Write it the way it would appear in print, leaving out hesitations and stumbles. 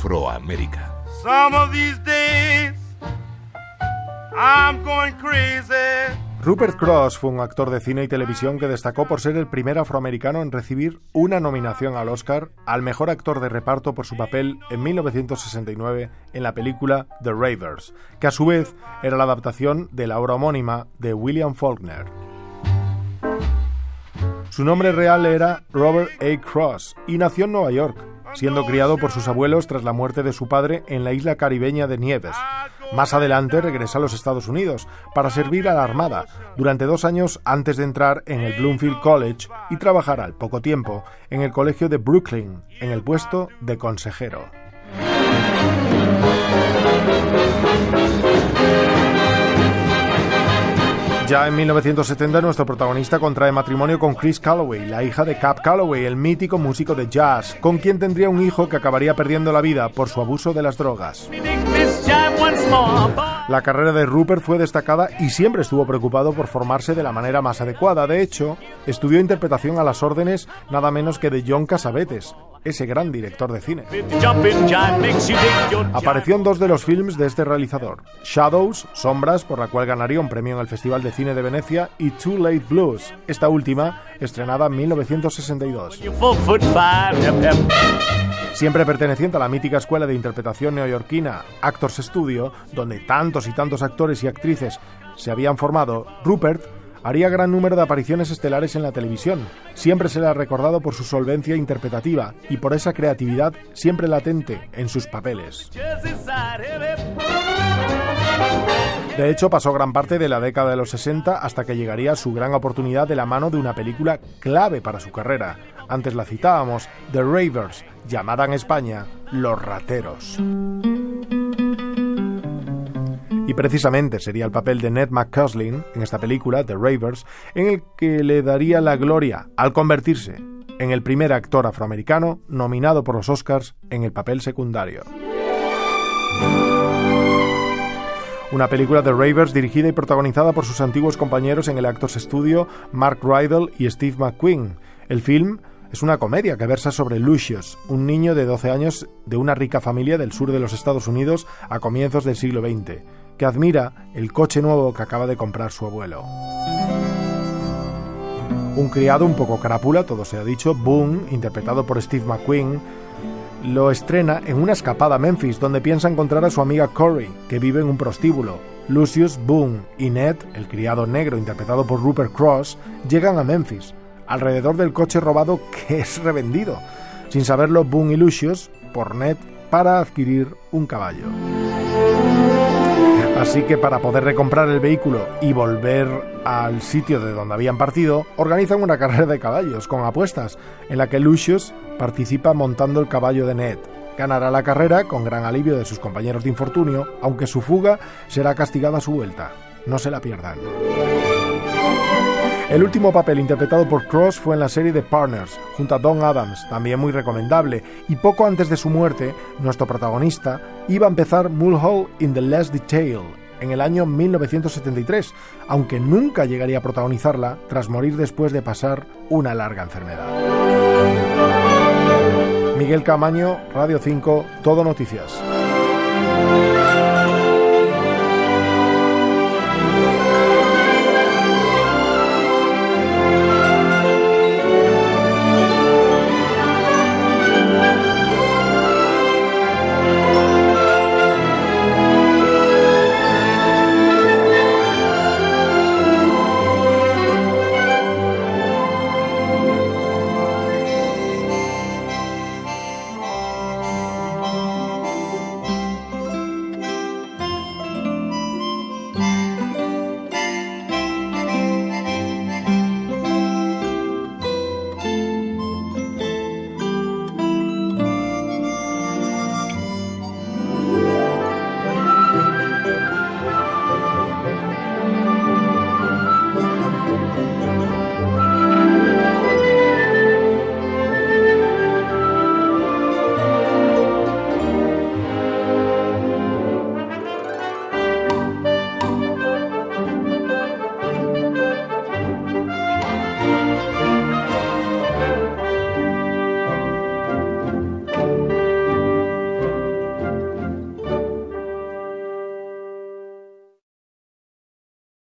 Afroamérica. Some of these days I'm going crazy. Rupert Cross fue un actor de cine y televisión que destacó por ser el primer afroamericano en recibir una nominación al Oscar al mejor actor de reparto por su papel en 1969 en la película The Raiders, que a su vez era la adaptación de la obra homónima de William Faulkner. Su nombre real era Robert A. Cross y nació en Nueva York, siendo criado por sus abuelos tras la muerte de su padre en la isla caribeña de Nieves. Más adelante regresa a los Estados Unidos para servir a la Armada durante 2 años antes de entrar en el Bloomfield College y trabajar al poco tiempo en el colegio de Brooklyn, en el puesto de consejero. Ya en 1970 nuestro protagonista contrae matrimonio con Chris Calloway, la hija de Cab Calloway, el mítico músico de jazz, con quien tendría un hijo que acabaría perdiendo la vida por su abuso de las drogas. La carrera de Rupert fue destacada y siempre estuvo preocupado por formarse de la manera más adecuada. De hecho, estudió interpretación a las órdenes nada menos que de John Cassavetes, ese gran director de cine. Apareció en 2 de los films de este realizador: Shadows, Sombras, por la cual ganaría un premio en el Festival de Cine de Venecia, y Too Late Blues, esta última estrenada en 1962. Siempre perteneciente a la mítica escuela de interpretación neoyorquina Actors Studio, donde tantos y tantos actores y actrices se habían formado, Rupert haría gran número de apariciones estelares en la televisión. Siempre se le ha recordado por su solvencia interpretativa y por esa creatividad siempre latente en sus papeles. De hecho, pasó gran parte de la década de los 60 hasta que llegaría su gran oportunidad de la mano de una película clave para su carrera. Antes la citábamos, The Raiders, llamada en España Los Rateros. Y precisamente sería el papel de Ned McCaslin en esta película, The Raiders, en el que le daría la gloria al convertirse en el primer actor afroamericano nominado por los Oscars en el papel secundario. Una película de Raiders dirigida y protagonizada por sus antiguos compañeros en el Actors Studio, Mark Rydell y Steve McQueen. El film es una comedia que versa sobre Lucius, un niño de 12 años de una rica familia del sur de los Estados Unidos a comienzos del siglo XX, que admira el coche nuevo que acaba de comprar su abuelo. Un criado un poco crápula, todo se ha dicho, Boone, interpretado por Steve McQueen, lo estrena en una escapada a Memphis, donde piensa encontrar a su amiga Corey, que vive en un prostíbulo. Lucius, Boone y Ned, el criado negro interpretado por Rupert Cross, llegan a Memphis, alrededor del coche robado que es revendido, sin saberlo Boone y Lucius, por Ned, para adquirir un caballo. Así que para poder recomprar el vehículo y volver al sitio de donde habían partido, organizan una carrera de caballos con apuestas, en la que Lucius participa montando el caballo de Ned. Ganará la carrera con gran alivio de sus compañeros de infortunio, aunque su fuga será castigada a su vuelta. No se la pierdan. El último papel interpretado por Cross fue en la serie The Partners, junto a Don Adams, también muy recomendable, y poco antes de su muerte, nuestro protagonista iba a empezar Mulholland in the Last Detail en el año 1973, aunque nunca llegaría a protagonizarla tras morir después de pasar una larga enfermedad. Miguel Camaño, Radio 5, Todo Noticias.